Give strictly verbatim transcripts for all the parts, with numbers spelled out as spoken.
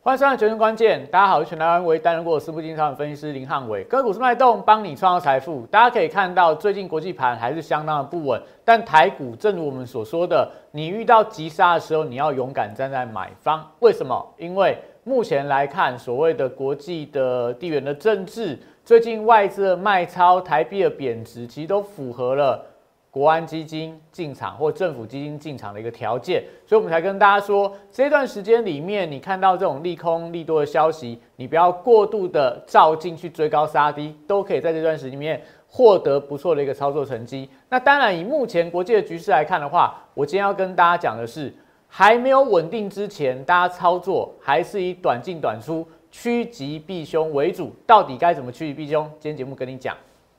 欢迎收看《决胜关键》，大家好，我是全台湾唯一担任过私募基金操盘分析师林汉伟。个股是脉动，帮你创造财富。大家可以看到，最近国际盘还是相当的不稳，但台股正如我们所说的，你遇到急杀的时候，你要勇敢站在买方。为什么？因为目前来看，所谓的国际的地缘的政治，最近外资的卖超、台币的贬值，其实都符合了国安基金进场或政府基金进场的一个条件，所以我们才跟大家说，这段时间里面，你看到这种利空利多的消息，你不要过度的照进去追高杀低，都可以在这段时间里面获得不错的一个操作成绩。那当然，以目前国际的局势来看的话，我今天要跟大家讲的是，还没有稳定之前，大家操作还是以短进短出、趋吉避凶为主。到底该怎么趋吉避凶？今天节目跟你讲。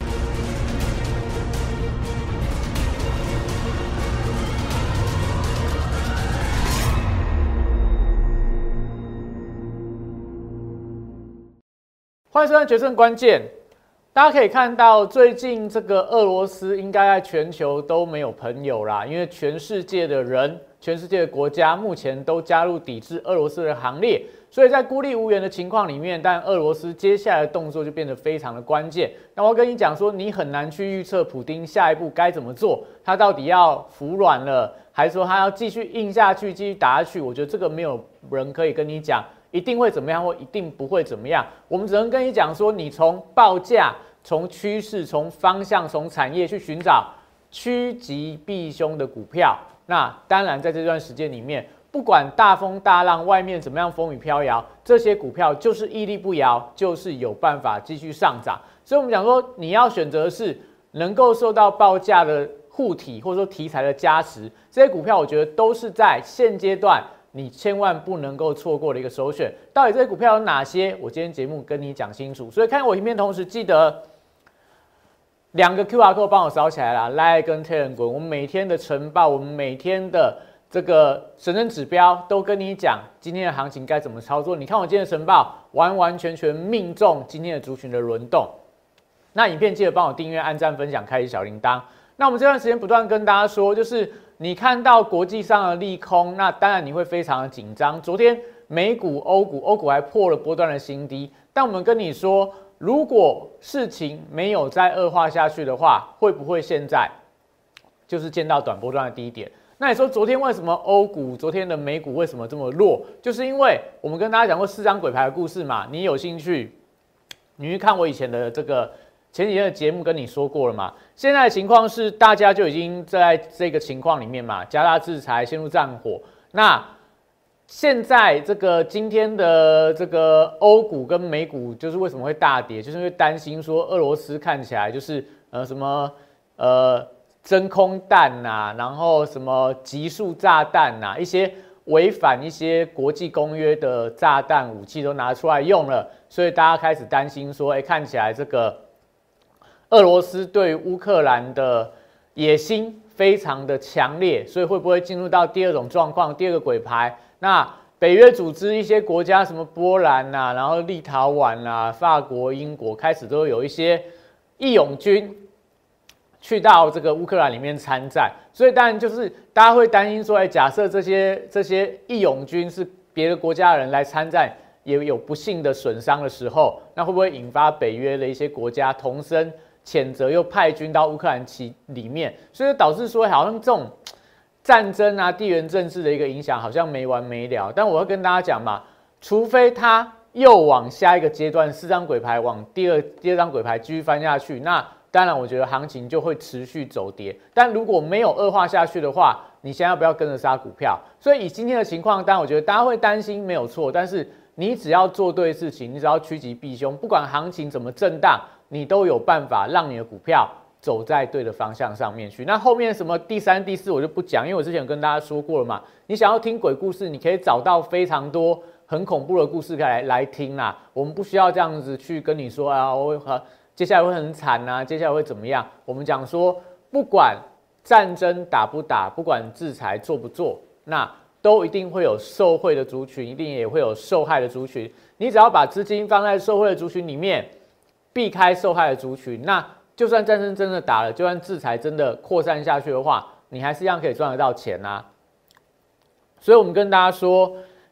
欢迎收看《决胜关键》。大家可以看到，最近这个俄罗斯应该在全球都没有朋友啦，因为全世界的人、全世界的国家目前都加入抵制俄罗斯的行列，所以在孤立无援的情况里面，但俄罗斯接下来的动作就变得非常的关键。那我要跟你讲说，你很难去预测普丁下一步该怎么做，他到底要服软了，还是说他要继续硬下去、继续打下去？我觉得这个没有人可以跟你讲。一定会怎么样，或一定不会怎么样？我们只能跟你讲说，你从报价、从趋势、从方向、从产业去寻找趋吉避凶的股票。那当然，在这段时间里面，不管大风大浪，外面怎么样风雨飘摇，这些股票就是屹立不摇，就是有办法继续上涨。所以，我们讲说，你要选择的是能够受到报价的护体，或者说题材的加持，这些股票，我觉得都是在现阶段你千万不能够错过的一个首选。到底这些股票有哪些？我今天节目跟你讲清楚。所以看我影片同时记得两个 Q R code 帮我扫起来啦 ，Line 跟 Telegram。我们每天的晨报，我们每天的这个神圣指标都跟你讲今天的行情该怎么操作。你看我今天的晨报，完完全全命中今天的族群的轮动。那影片记得帮我订阅、按赞、分享、开启小铃铛。那我们这段时间不断跟大家说，就是你看到国际上的利空，那当然你会非常的紧张。昨天美股、欧股，欧股还破了波段的新低。但我们跟你说，如果事情没有再恶化下去的话，会不会现在就是见到短波段的低点？那你说昨天为什么欧股、昨天的美股为什么这么弱？就是因为我们跟大家讲过四张鬼牌的故事嘛。你有兴趣，你去看我以前的这个前几天的节目跟你说过了嘛。现在的情况是，大家就已经在这个情况里面嘛，加大制裁，陷入战火。那现在这个今天的这个欧股跟美股，就是为什么会大跌，就是因为担心说俄罗斯看起来就是呃什么呃真空弹呐、啊，然后什么极速炸弹呐、啊，一些违反一些国际公约的炸弹武器都拿出来用了，所以大家开始担心说，哎，看起来这个俄罗斯对于乌克兰的野心非常的强烈，所以会不会进入到第二种状况，第二个鬼牌？那北约组织一些国家，什么波兰呐、啊，然后立陶宛啊、法国、英国，开始都有一些义勇军去到这个乌克兰里面参战，所以当然就是大家会担心说，哎，假设这些这些义勇军是别的国家的人来参战，也有不幸的损伤的时候，那会不会引发北约的一些国家同声谴责，又派军到乌克兰其里面，所以导致说好像这种战争啊、地缘政治的一个影响好像没完没了。但我会跟大家讲嘛，除非它又往下一个阶段，四张鬼牌往第二第二张鬼牌继续翻下去，那当然我觉得行情就会持续走跌。但如果没有恶化下去的话，你现在不要跟着杀股票。所以以今天的情况，当然我觉得大家会担心没有错，但是你只要做对事情，你只要趋吉避凶，不管行情怎么震荡，你都有办法让你的股票走在对的方向上面去。那后面什么第三、第四我就不讲，因为我之前有跟大家说过了嘛。你想要听鬼故事，你可以找到非常多很恐怖的故事来来听啦。我们不需要这样子去跟你说啊，我会接下来会很惨啊，接下来会怎么样？我们讲说，不管战争打不打，不管制裁做不做，那都一定会有受惠的族群，一定也会有受害的族群。你只要把资金放在受惠的族群里面，避开受害的族群，那就算战争真的打了，就算制裁真的扩散下去的话，你还是一样可以赚得到钱啊。所以我们跟大家说，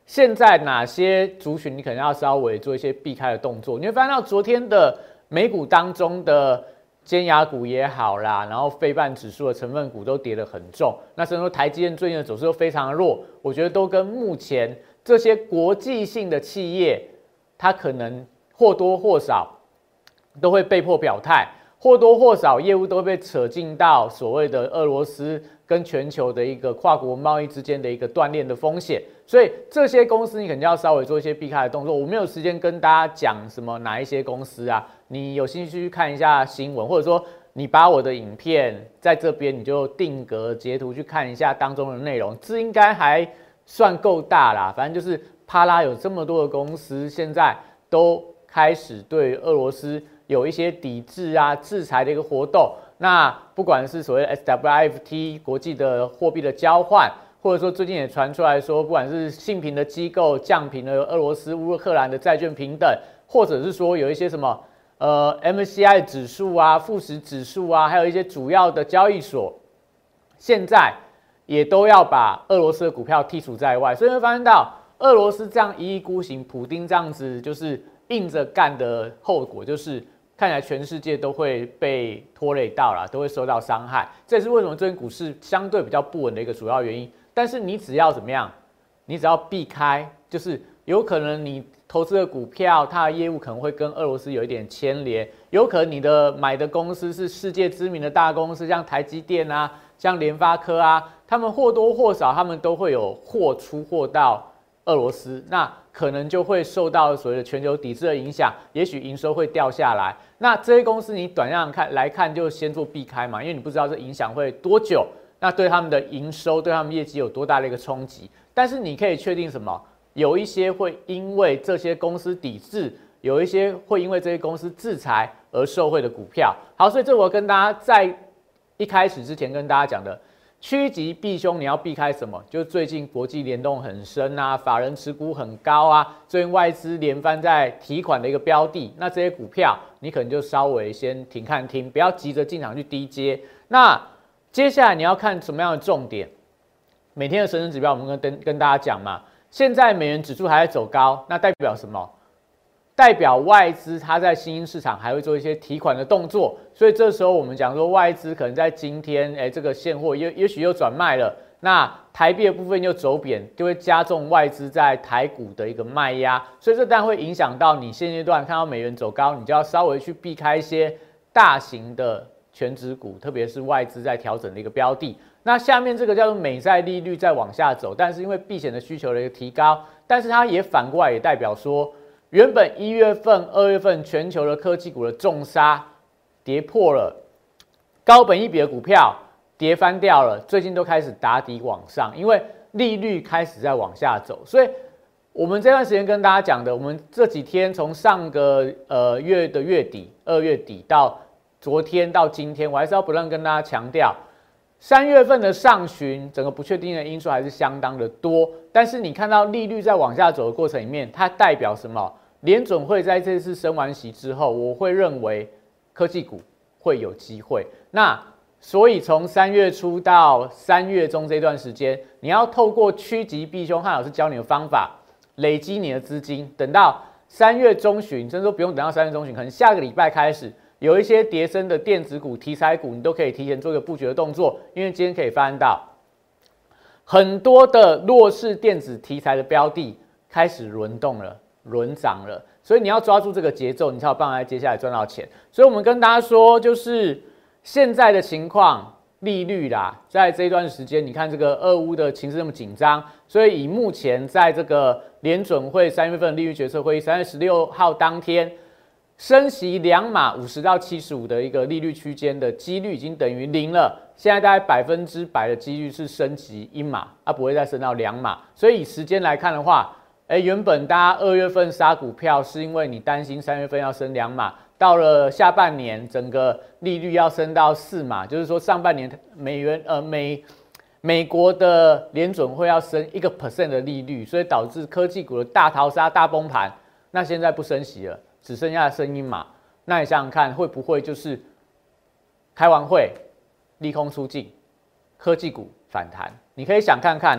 现在哪些族群你可能要稍微做一些避开的动作？你会发现到昨天的美股当中的尖牙股也好啦，然后费半指数的成分股都跌得很重，那甚至说台积电最近的走势都非常的弱，我觉得都跟目前这些国际性的企业，它可能或多或少都会被迫表态，或多或少业务都会被扯进到所谓的俄罗斯跟全球的一个跨国贸易之间的一个断裂的风险，所以这些公司你肯定要稍微做一些避开的动作。我没有时间跟大家讲什么哪一些公司啊，你有兴趣去看一下新闻，或者说你把我的影片在这边你就定格截图去看一下当中的内容，这应该还算够大啦。反正就是帕拉有这么多的公司，现在都开始对俄罗斯有一些抵制啊、制裁的一个活动。那不管是所谓的 S W I F T 国际的货币的交换，或者说最近也传出来说，不管是信评的机构降评了俄罗斯、乌克兰的债券平等，或者是说有一些什么呃 M S C I 指数啊、富时指数啊，还有一些主要的交易所，现在也都要把俄罗斯的股票剔除在外。所以会发现到俄罗斯这样一意孤行，普丁这样子就是硬着干的后果，就是看起来全世界都会被拖累到啦，都会受到伤害。这也是为什么最近股市相对比较不稳的一个主要原因。但是你只要怎么样，你只要避开，就是有可能你投资的股票，它的业务可能会跟俄罗斯有一点牵连，有可能你的买的公司是世界知名的大公司，像台积电啊，像联发科啊，他们或多或少他们都会有货出货到俄罗斯，那可能就会受到所谓的全球抵制的影响，也许营收会掉下来。那这些公司你短量看来看就先做避开嘛，因为你不知道这影响会多久，那对他们的营收、对他们业绩有多大的一个冲击。但是你可以确定什么？有一些会因为这些公司抵制，有一些会因为这些公司制裁而受惠的股票。好，所以这我跟大家在一开始之前跟大家讲的。趋吉避凶，你要避开什么？就是最近国际联动很深啊，法人持股很高啊，最近外资连番在提款的一个标的，那这些股票你可能就稍微先停看听，不要急着进场去低接。那接下来你要看什么样的重点？每天的神圣指标我们跟跟大家讲嘛，现在美元指数还在走高，那代表什么？代表外资它在新兴市场还会做一些提款的动作，所以这时候我们讲说外资可能在今天，哎，这个现货也也许又转卖了，那台币的部分又走贬，就会加重外资在台股的一个卖压，所以这当然会影响到你现阶段看到美元走高，你就要稍微去避开一些大型的权值股，特别是外资在调整的一个标的。那下面这个叫做美债利率在往下走，但是因为避险的需求的一个提高，但是它也反过来也代表说。原本一月份、二月份全球的科技股的重杀，跌破了高本益比的股票，跌翻掉了。最近都开始打底往上，因为利率开始在往下走。所以，我们这段时间跟大家讲的，我们这几天从上个呃月的月底、二月底到昨天到今天，我还是要不断跟大家强调。三月份的上旬，整个不确定的因素还是相当的多，但是你看到利率在往下走的过程里面，它代表什么？联准会在这次升完息之后，我会认为科技股会有机会。那所以从三月初到三月中这段时间，你要透过趋吉避凶，汉老师教你的方法，累积你的资金，等到三月中旬，甚至说不用等到三月中旬，可能下个礼拜开始。有一些跌升的电子股、题材股，你都可以提前做一个布局的动作，因为今天可以发现到很多的弱势电子题材的标的开始轮动了、轮涨了，所以你要抓住这个节奏，你才有办法接下来赚到钱。所以我们跟大家说，就是现在的情况，利率啦，在这一段时间，你看这个俄乌的情势这么紧张，所以以目前在这个联准会三月份利率决策会议，三月十六号当天。升息两码五十到七十五的一个利率区间的几率已经等于零了，现在大概百分之百的几率是升息一码，它不会再升到两码。所以以时间来看的话，哎，原本大家二月份杀股票是因为你担心三月份要升两码，到了下半年整个利率要升到四码，就是说上半年美元呃美美国的联准会要升一个 percent 的利率，所以导致科技股的大逃杀、大崩盘。那现在不升息了。只剩下声音嘛，那你想想看，会不会就是开完会利空出尽，科技股反弹？你可以想看看呐、啊。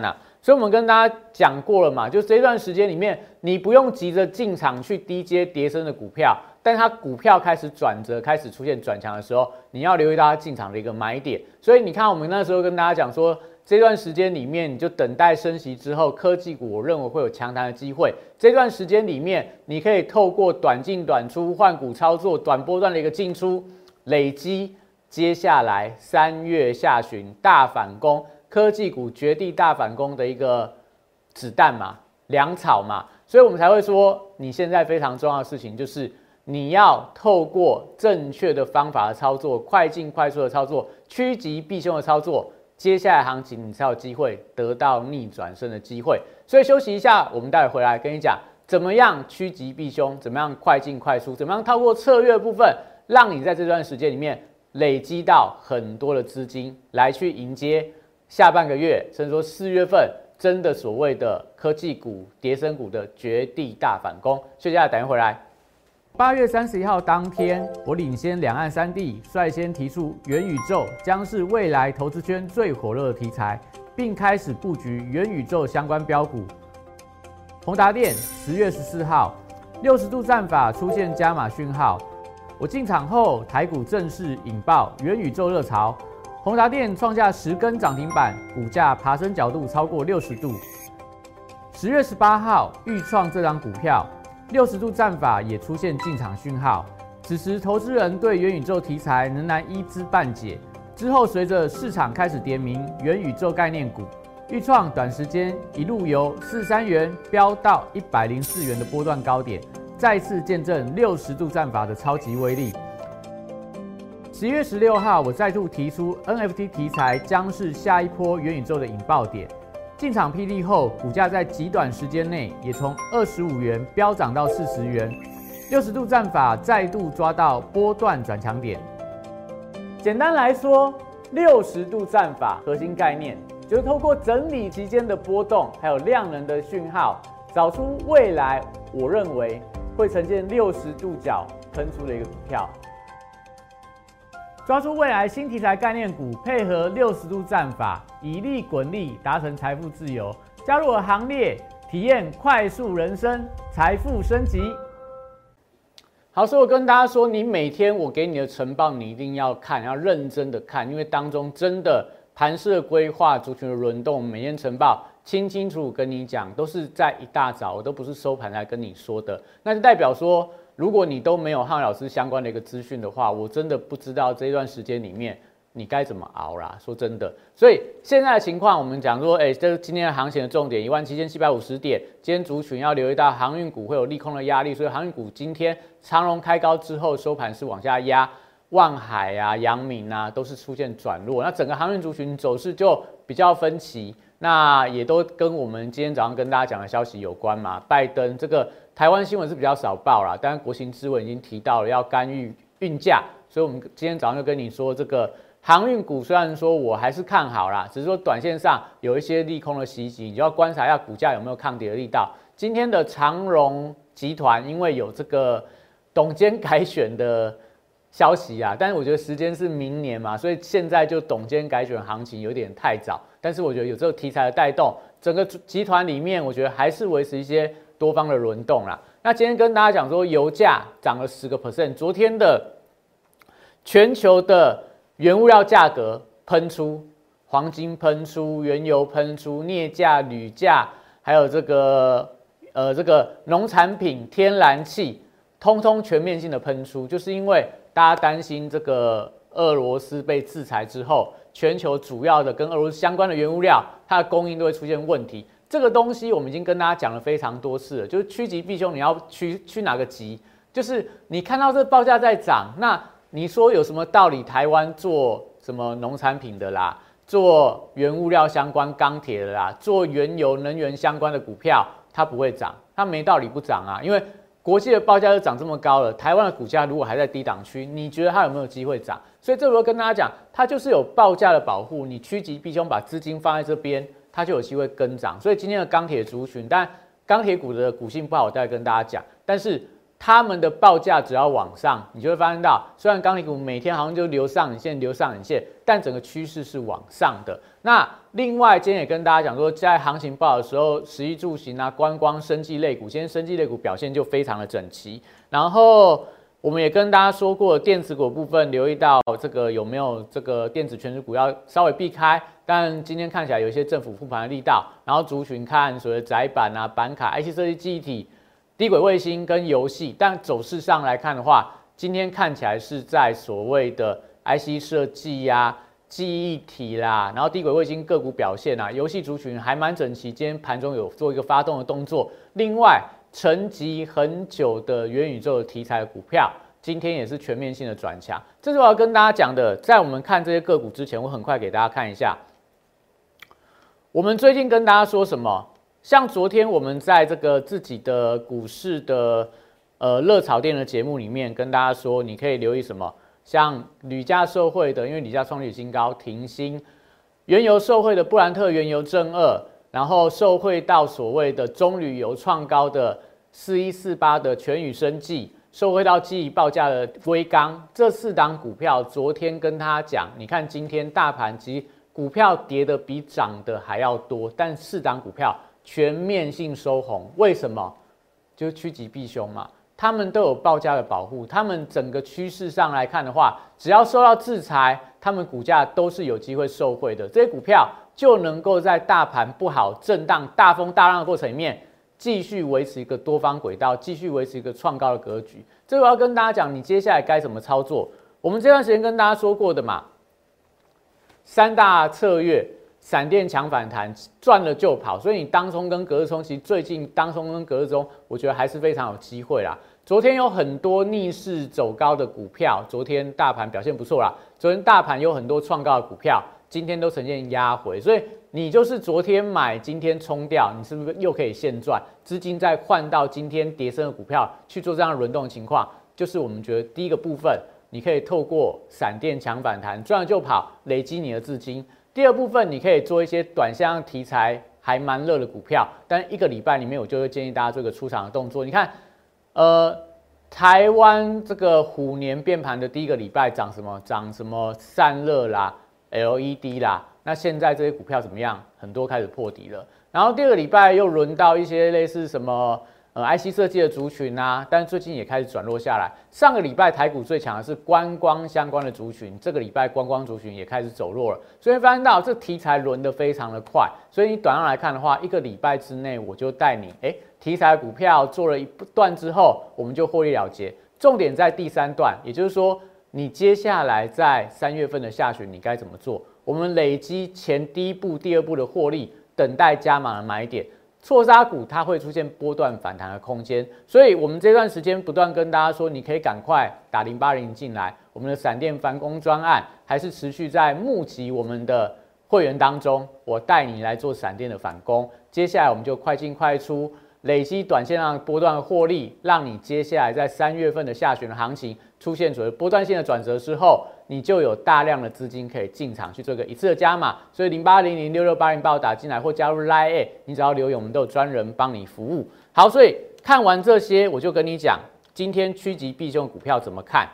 所以我们跟大家讲过了嘛，就这段时间里面，你不用急着进场去低接跌升的股票，但它股票开始转折，开始出现转强的时候，你要留意到它进场的一个买点。所以你看，我们那时候跟大家讲说，这段时间里面，你就等待升息之后，科技股我认为会有强弹的机会。这段时间里面，你可以透过短进短出、换股操作、短波段的一个进出，累积接下来三月下旬大反攻，科技股绝地大反攻的一个子弹嘛、粮草嘛，所以我们才会说，你现在非常重要的事情就是你要透过正确的方法的操作，快进快出的操作，趋吉避凶的操作。接下来行情你才有机会得到逆转胜的机会，所以休息一下，我们待会回来跟你讲怎么样趋吉避凶，怎么样快进快出，怎么样透过策略部分，让你在这段时间里面累积到很多的资金来去迎接下半个月，甚至说四月份真的所谓的科技股、跌升股的绝地大反攻。休息一下，等一回来。八月三十一号当天，我领先两岸三地，率先提出元宇宙将是未来投资圈最火热的题材，并开始布局元宇宙相关标股。宏达电十月十四号，六十度战法出现加码讯号，我进场后，台股正式引爆元宇宙热潮，宏达电创下十根涨停板，股价爬升角度超过六十度。十月十八号，预创这张股票。六十度战法也出现进场讯号，此时投资人对元宇宙题材仍然一知半解。之后随着市场开始点名元宇宙概念股，预创短时间一路由四十三元飙到一百零四元的波段高点，再次见证六十度战法的超级威力。十一月十六号，我再度提出 N F T 题材将是下一波元宇宙的引爆点。进场霹雳后，股价在极短时间内也从二十五元飙涨到四十元，六十度战法再度抓到波段转强点。简单来说，六十度战法核心概念就是透过整理期间的波动，还有量能的讯号，找出未来我认为会呈现六十度角喷出的一个股票。抓住未来新题材概念股，配合六十度战法，以利滚利，达成财富自由。加入我行列，体验快速人生，财富升级。好，所以我跟大家说，你每天我给你的晨报，你一定要看，要认真的看，因为当中真的盘势的规划、族群的轮动，每天晨报清清楚楚跟你讲，都是在一大早，我都不是收盘来跟你说的，那就代表说。如果你都没有汉老师相关的一个资讯的话，我真的不知道这一段时间里面你该怎么熬啦。说真的，所以现在的情况，我们讲说，哎、欸，这是今天的行情的重点，一万七千七百五十点。今天族群要留意到航运股会有利空的压力，所以航运股今天长荣开高之后收盘是往下压，万海啊、阳明啊都是出现转弱，那整个航运族群走势就比较分歧。那也都跟我们今天早上跟大家讲的消息有关嘛，拜登这个。台湾新闻是比较少报啦，但是国情咨文已经提到了要干预运价，所以我们今天早上就跟你说，这个航运股虽然说我还是看好啦，只是说短线上有一些利空的袭击，你就要观察一下股价有没有抗跌的力道。今天的长荣集团因为有这个董监改选的消息啊，但是我觉得时间是明年嘛，所以现在就董监改选行情有点太早，但是我觉得有这个题材的带动，整个集团里面我觉得还是维持一些。多方的轮动啦。那今天跟大家讲说，油价涨了十个 percent， 昨天的全球的原物料价格喷出，黄金喷出，原油喷出，镍价、铝价，还有这个呃这个农产品、天然气，通通全面性的喷出，就是因为大家担心这个俄罗斯被制裁之后，全球主要的跟俄罗斯相关的原物料，它的供应都会出现问题。这个东西我们已经跟大家讲了非常多次了，就是趋吉避凶，你要趋趋哪个吉？就是你看到这报价在涨，那你说有什么道理？台湾做什么农产品的啦，做原物料相关钢铁的啦，做原油能源相关的股票，它不会涨，它没道理不涨啊，因为国际的报价都涨这么高了，台湾的股价如果还在低档区，你觉得它有没有机会涨？所以这我要跟大家讲，它就是有报价的保护，你趋吉避凶，把资金放在这边。它就有机会跟涨，所以今天的钢铁族群，但钢铁股的股性不好，我再跟大家讲。但是他们的报价只要往上，你就会发现到，虽然钢铁股每天好像就留上影线、留上影线，但整个趋势是往上的。那另外，今天也跟大家讲说，在行情不好的时候，食衣住行啊、观光、生技类股，今天生技类股表现就非常的整齐。然后我们也跟大家说过，电子股部分留意到这个有没有这个电子权值股要稍微避开。但今天看起来有一些政府复盘的力道，然后族群看所谓的载板啊、板卡、I C 设计、记忆体、低轨卫星跟游戏，但走势上来看的话，今天看起来是在所谓的 I C 设计呀、啊。记忆体啦，然后低轨卫星个股表现啊，游戏族群还蛮整齐，今天盘中有做一个发动的动作。另外，沉寂很久的元宇宙的题材的股票，今天也是全面性的转强。这是我要跟大家讲的。在我们看这些个股之前，我很快给大家看一下，我们最近跟大家说什么？像昨天我们在这个自己的股市的呃热炒店的节目里面跟大家说，你可以留意什么？像铝价受惠的，因为铝价创历史新高，停薪；原油受惠的布兰特原油正二，然后受惠到所谓的中铝油创高的四一四八的全宇生技，受惠到基于报价的威刚，这四档股票，昨天跟他讲，你看今天大盘其实股票跌的比涨的还要多，但四档股票全面性收红，为什么？就是趋吉避凶嘛。他们都有报价的保护，他们整个趋势上来看的话，只要受到制裁，他们股价都是有机会受惠的。这些股票就能够在大盘不好、震荡、大风大浪的过程里面，继续维持一个多方轨道，继续维持一个创高的格局。这个我要跟大家讲，你接下来该怎么操作？我们这段时间跟大家说过的嘛，三大策略。闪电强反弹，赚了就跑，所以你当冲跟隔日冲，其实最近当冲跟隔日冲，我觉得还是非常有机会啦。昨天有很多逆势走高的股票，昨天大盘表现不错啦。昨天大盘有很多创高的股票，今天都呈现压回，所以你就是昨天买，今天冲掉，你是不是又可以现赚？资金再换到今天跌升的股票去做这样的轮动的情况，就是我们觉得第一个部分，你可以透过闪电强反弹，赚了就跑，累积你的资金。第二部分，你可以做一些短线题材还蛮热的股票，但一个礼拜里面，我就会建议大家做一个出场的动作。你看，呃，台湾这个虎年变盘的第一个礼拜涨什么？涨什么散热啦、L E D 啦。那现在这些股票怎么样？很多开始破底了。然后第二个礼拜又轮到一些类似什么呃 I C 设计的族群啊，但是最近也开始转弱下来。上个礼拜台股最强的是观光相关的族群，这个礼拜观光族群也开始走弱了，所以发现到这题材轮得非常的快，所以你短上来看的话，一个礼拜之内我就带你，哎，题材股票做了一段之后，我们就获利了结。重点在第三段，也就是说，你接下来在三月份的下旬你该怎么做？我们累积前第一步、第二步的获利，等待加码的买点。错杀股它会出现波段反弹的空间，所以我们这段时间不断跟大家说，你可以赶快打零八零进来。我们的闪电反攻专案还是持续在募集我们的会员当中，我带你来做闪电的反攻。接下来我们就快进快出，累积短线上波段获利，让你接下来在三月份的下旬的行情出现所谓波段性的转折之后，你就有大量的资金可以进场去做个一次的加码。所以零八零零六六八零把我打进来或加入 Line， 你只要留言，我们都有专人帮你服务。好，所以看完这些，我就跟你讲，今天趋吉避凶的股票怎么看？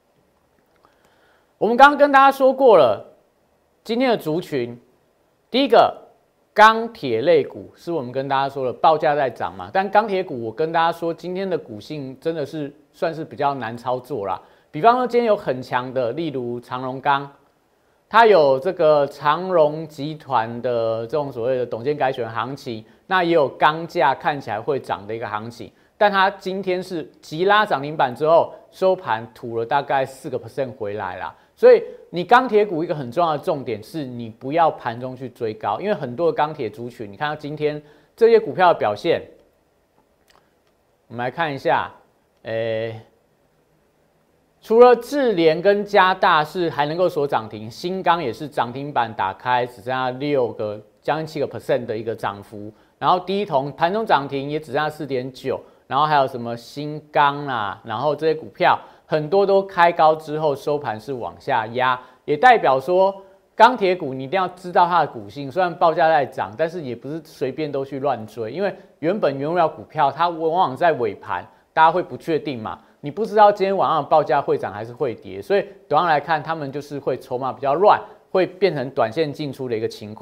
我们刚刚跟大家说过了，今天的族群，第一个钢铁类股是我们跟大家说了报价在涨嘛，但钢铁股我跟大家说，今天的股性真的是算是比较难操作啦。比方说，今天有很强的，例如长荣钢，它有这个长荣集团的这种所谓的董监改选行情，那也有钢价看起来会涨的一个行情，但它今天是急拉涨停板之后收盘吐了大概四个 percent 回来啦。所以你钢铁股一个很重要的重点是你不要盘中去追高，因为很多的钢铁族群，你看到今天这些股票的表现，我们来看一下，诶。除了智联跟嘉大是还能够锁涨停，新钢也是涨停板打开只剩下六个将近七个 percent 的一个涨幅，然后第一铜盘中涨停也只剩下四点九，然后还有什么新钢啊，然后这些股票很多都开高之后收盘是往下压，也代表说钢铁股你一定要知道它的股性，虽然报价在涨，但是也不是随便都去乱追，因为原本原料股票它往往在尾盘大家会不确定嘛。你不知道今天晚上的报价会涨还是会跌，所以短上来看，他们就是会筹码比较乱，会变成短线进出的一个情况。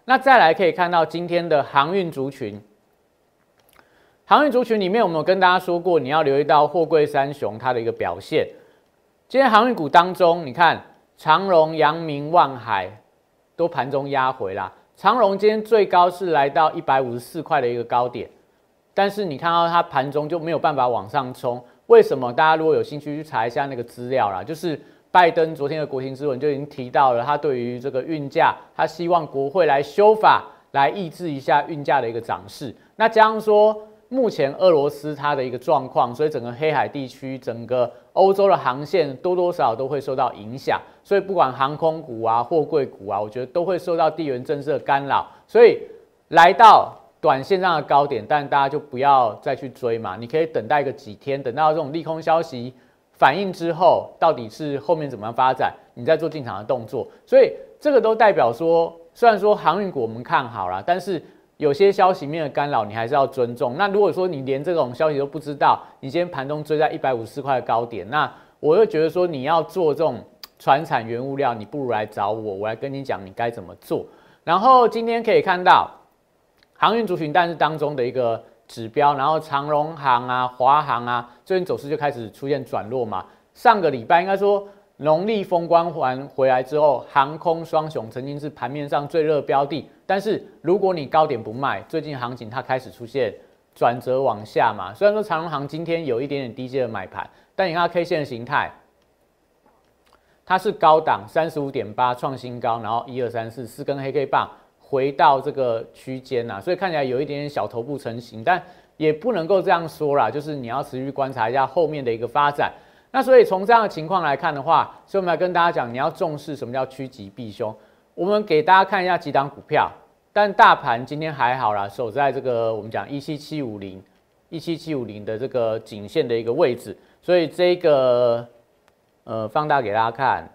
那再来可以看到今天的航运族群，航运族群里面我们有跟大家说过，你要留意到货柜三雄它的一个表现。今天航运股当中，你看长荣、阳明、万海都盘中压回啦。长荣今天最高是来到一百五十四块的一个高点，但是你看到它盘中就没有办法往上冲，为什么？大家如果有兴趣去查一下那个资料啦，就是拜登昨天的国情咨文就已经提到了，他对于这个运价，他希望国会来修法，来抑制一下运价的一个涨势。那加上说，目前俄罗斯它的一个状况，所以整个黑海地区、整个欧洲的航线多多少少都会受到影响。所以不管航空股啊、货柜股啊，我觉得都会受到地缘政治的干扰。所以来到短线上的高点，但大家就不要再去追嘛，你可以等待个几天，等到这种利空消息反应之后，到底是后面怎么样发展，你再做进场的动作。所以这个都代表说，虽然说航运股我们看好啦，但是有些消息面的干扰，你还是要尊重。那如果说你连这种消息都不知道，你今天盘中追在一百五十四块的高点，那我会觉得说你要做这种传产原物料，你不如来找我，我来跟你讲你该怎么做。然后今天可以看到航运族群但是当中的一个指标，然后长荣航啊、华航啊，最近走势就开始出现转弱嘛。上个礼拜应该说农历封关完回来之后，航空双雄曾经是盘面上最热的标的，但是如果你高点不卖，最近行情它开始出现转折往下嘛。虽然说长荣航今天有一点点低阶的买盘，但你看它 K 线的形态，它是高档 三十五点八 创新高，然后一二三四四根黑 K 棒回到这个区间呐，所以看起来有一点点小头部成型，但也不能够这样说啦，就是你要持续观察一下后面的一个发展。那所以从这样的情况来看的话，所以我们来跟大家讲，你要重视什么叫趋吉避凶。我们给大家看一下几档股票，但大盘今天还好啦，守在这个我们讲一七七五零、一七七五零的这个颈线的一个位置，所以这个呃放大给大家看。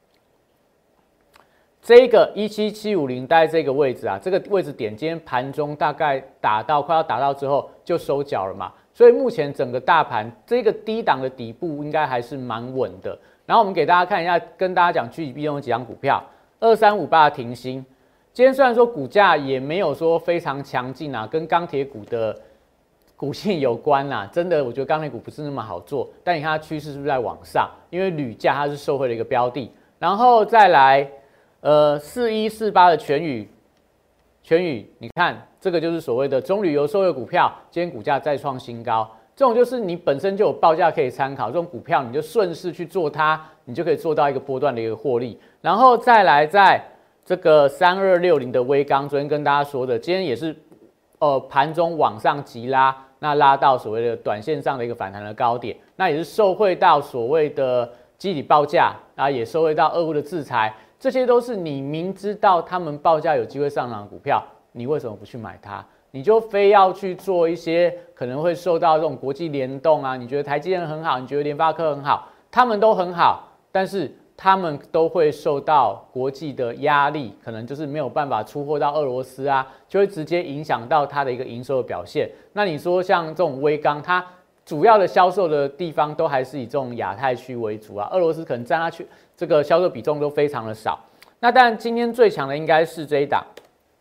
这个一七七五零待这个位置啊，这个位置点今天盘中大概打到快要打到之后就收脚了嘛，所以目前整个大盘这个低档的底部应该还是蛮稳的。然后我们给大家看一下，跟大家讲趋吉避凶的几张股票，二三五八的停薪，今天虽然说股价也没有说非常强劲啊，跟钢铁股的股性有关啦、啊，真的我觉得钢铁股不是那么好做，但你看它趋势是不是在往上？因为铝价它是受惠的一个标的，然后再来。呃，四一四八的全宇，全宇，你看这个就是所谓的中铝油受惠股票，今天股价再创新高，这种就是你本身就有报价可以参考，这种股票你就顺势去做它，你就可以做到一个波段的一个获利。然后再来在这个三二六零的威刚，昨天跟大家说的，今天也是呃盘中往上急拉，那拉到所谓的短线上的一个反弹的高点，那也是受惠到所谓的基底报价，啊也受惠到俄乌的制裁。这些都是你明知道他们报价有机会上涨的股票，你为什么不去买它？你就非要去做一些可能会受到这种国际联动啊？你觉得台积电很好，你觉得联发科很好，他们都很好，但是他们都会受到国际的压力，可能就是没有办法出货到俄罗斯啊，就会直接影响到它的一个营收的表现。那你说像这种威刚，它主要的销售的地方都还是以这种亚太区为主啊，俄罗斯可能占它去这个销售比重都非常的少。那当然今天最强的应该是这一档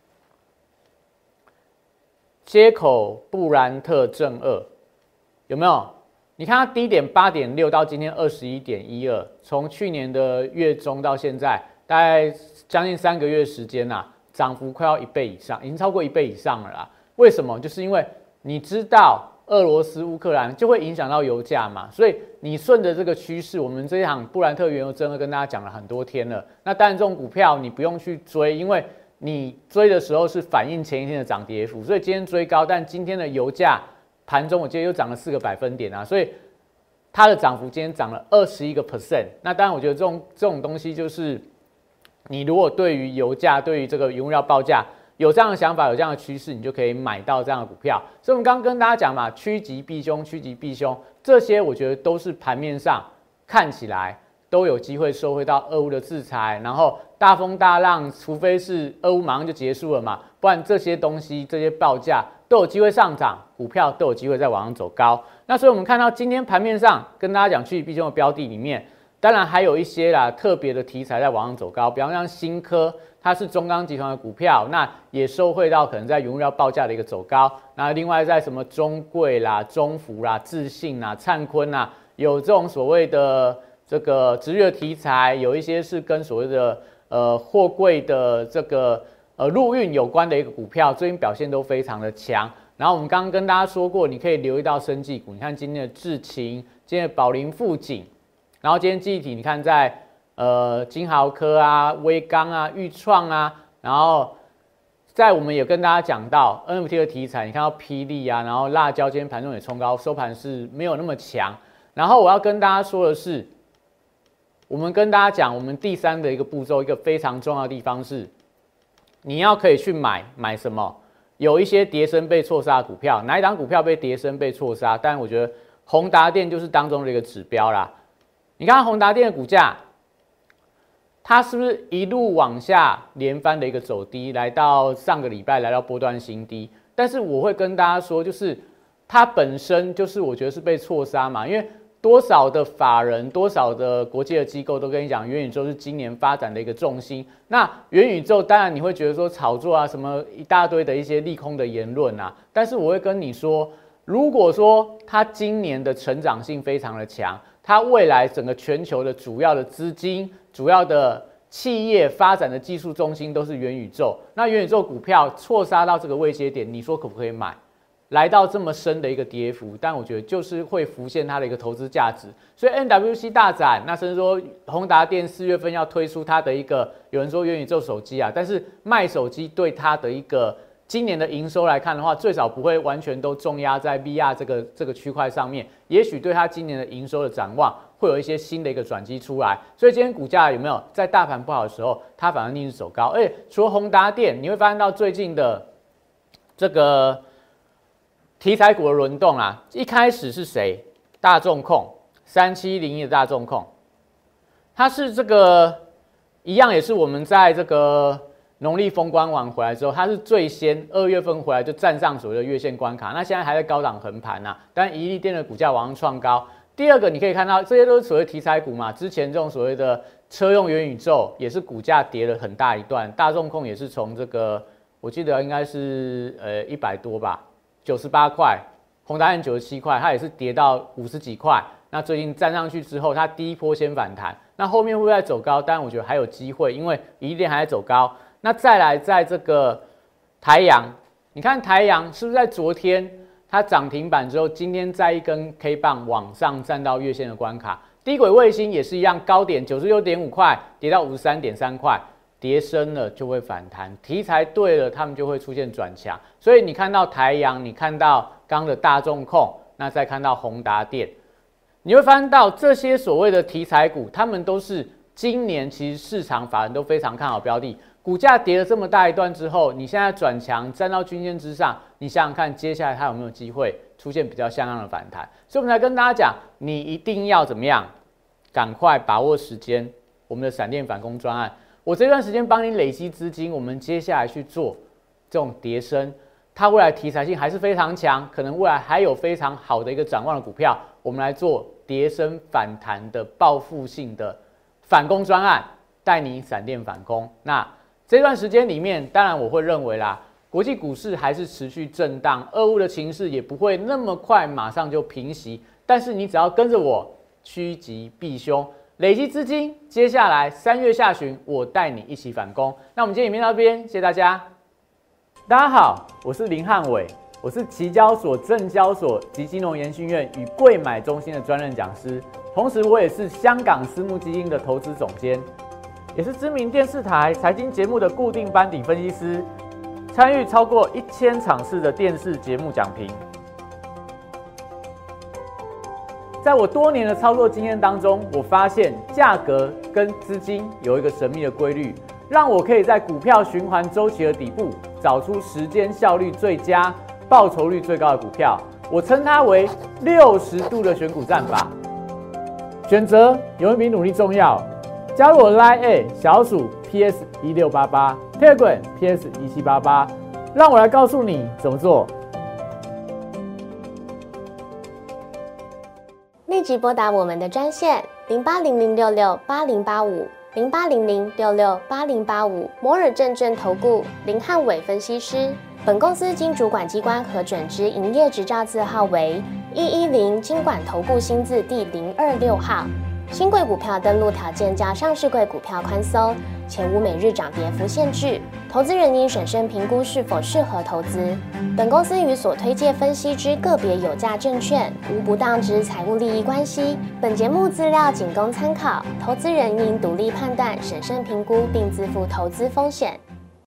接口布兰特正二，有没有？你看它低点八点六到今天二十一点一二，从去年的月中到现在，大概将近三个月时间啊，涨幅快要一倍以上，已经超过一倍以上了啦。为什么？就是因为你知道。俄罗斯、乌克兰就会影响到油价嘛，所以你顺着这个趋势，我们这一场布兰特原油正二跟大家讲了很多天了。那当然，这种股票你不用去追，因为你追的时候是反映前一天的涨跌幅，所以今天追高，但今天的油价盘中我记得又涨了四个百分点啊，所以它的涨幅今天涨了二十一个 percent。那当然，我觉得这种这种东西就是你如果对于油价、对于这个原物料报价。有这样的想法，有这样的趋势，你就可以买到这样的股票。所以，我们刚刚跟大家讲嘛，趋吉避凶，趋吉避凶，这些我觉得都是盘面上看起来都有机会受惠到俄乌的制裁，然后大风大浪，除非是俄乌马上就结束了嘛，不然这些东西、这些报价都有机会上涨，股票都有机会再往上走高。那所以，我们看到今天盘面上跟大家讲趋吉避凶的标的里面。当然还有一些啦，特别的题材在往上走高，比方像新科， 它是中钢集团的股票，那也受惠到可能在原物料报价的一个走高。那另外在什么中贵啦、中福啦、智信啦、灿坤啦，有这种所谓的这个殖利率题材，有一些是跟所谓的呃货柜的这个呃陆运有关的一个股票，最近表现都非常的强。然后我们刚刚跟大家说过，你可以留意到生技股，你看今天的智勤，今天的宝林富锦，然后今天记忆体，你看在呃金豪科啊、威刚啊、裕创啊，然后在我们也跟大家讲到 N F T 的题材，你看到霹雳啊，然后辣椒今天盘中也冲高，收盘是没有那么强。然后我要跟大家说的是，我们跟大家讲，我们第三的一个步骤，一个非常重要的地方是，你要可以去买买什么？有一些跌升被错杀的股票，哪一档股票被跌升被错杀？但我觉得宏达电就是当中的一个指标啦。你看宏达电的股价，它是不是一路往下连番的一个走低，来到上个礼拜来到波段新低？但是我会跟大家说，就是它本身就是我觉得是被错杀嘛，因为多少的法人、多少的国际的机构都跟你讲，元宇宙是今年发展的一个重心。那元宇宙当然你会觉得说炒作啊，什么一大堆的一些利空的言论啊，但是我会跟你说，如果说它今年的成长性非常的强，它未来整个全球的主要的资金、主要的企业发展的技术中心都是元宇宙，那元宇宙股票错杀到这个位阶点，你说可不可以买？来到这么深的一个跌幅，但我觉得就是会浮现它的一个投资价值。所以 N W C 大展，那甚至说宏达电四月份要推出它的一个，有人说元宇宙手机啊，但是卖手机对它的一个今年的营收来看的话，最少不会完全都重压在 V R 这个这个区块上面，也许对它今年的营收的展望会有一些新的一个转机出来。所以今天股价有没有在大盘不好的时候，它反而逆势走高？而且除了宏达电，你会发现到最近的这个题材股的轮动啊，一开始是谁？大众控三七零一的大众控，它是这个一样，也是我们在这个农历封关完回来之后，它是最先二月份回来就站上所谓的月线关卡，那现在还在高档横盘呐。但宜利电的股价往上创高。第二个，你可以看到这些都是所谓题材股嘛，之前这种所谓的车用元宇宙也是股价跌了很大一段，大众控也是从这个我记得应该是呃一百多吧。九十八块，宏达电九十七块，它也是跌到五十几块。那最近站上去之后，它第一波先反弹，那后面会不会再走高？当然我觉得还有机会，因为宜电还在走高。那再来，在这个台阳，你看台阳是不是在昨天它涨停板之后，今天再一根 K 棒往上站到月线的关卡？低轨卫星也是一样，高点九十六点五块，跌到五十三点三块。跌深了就会反弹，题材对了，他们就会出现转强。所以你看到台阳，你看到刚的大众控，那再看到宏达电，你会发现到这些所谓的题材股，他们都是今年其实市场法人都非常看好标的。股价跌了这么大一段之后，你现在转强站到均线之上，你想想看，接下来它有没有机会出现比较像样的反弹？所以我们来跟大家讲，你一定要怎么样，赶快把握时间，我们的闪电反攻专案。我这段时间帮你累积资金，我们接下来去做这种跌升，它未来题材性还是非常强，可能未来还有非常好的一个展望的股票，我们来做跌升反弹的报复性的反攻专案，带你闪电反攻。那这段时间里面，当然我会认为啦，国际股市还是持续震荡，俄乌的情势也不会那么快马上就平息，但是你只要跟着我趋吉避凶。累积资金，接下来三月下旬，我带你一起反攻。那我们今天影片到这边，谢谢大家。大家好，我是林汉伟，我是期交所、证交所及金融研训院与贵买中心的专任讲师，同时我也是香港私募基金的投资总监，也是知名电视台财经节目的固定班底分析师，参与超过一千场次的电视节目讲评。在我多年的操作经验当中，我发现价格跟资金有一个神秘的规律，让我可以在股票循环周期的底部找出时间效率最佳、报酬率最高的股票。我称它为六十度的选股战法。选择永远比努力重要。加入我 Line A 小鼠 P S 一六八八 Telegram P S 一七八八，让我来告诉你怎么做。 立即拨打我们的专线零八零零六六八零八五零八零零六六八零八五。摩尔证券投顾林汉伟分析师。本公司经主管机关核准之营业执照字号为一一零金管投顾新字第零二六号。新贵股票登录条件较上市柜股票宽松，且无每日涨跌幅限制。投资人应审慎评估是否适合投资。本公司与所推介分析之个别有价证券无不当之财务利益关系。本节目资料仅供参考，投资人应独立判断、审慎评估，并自负投资风险。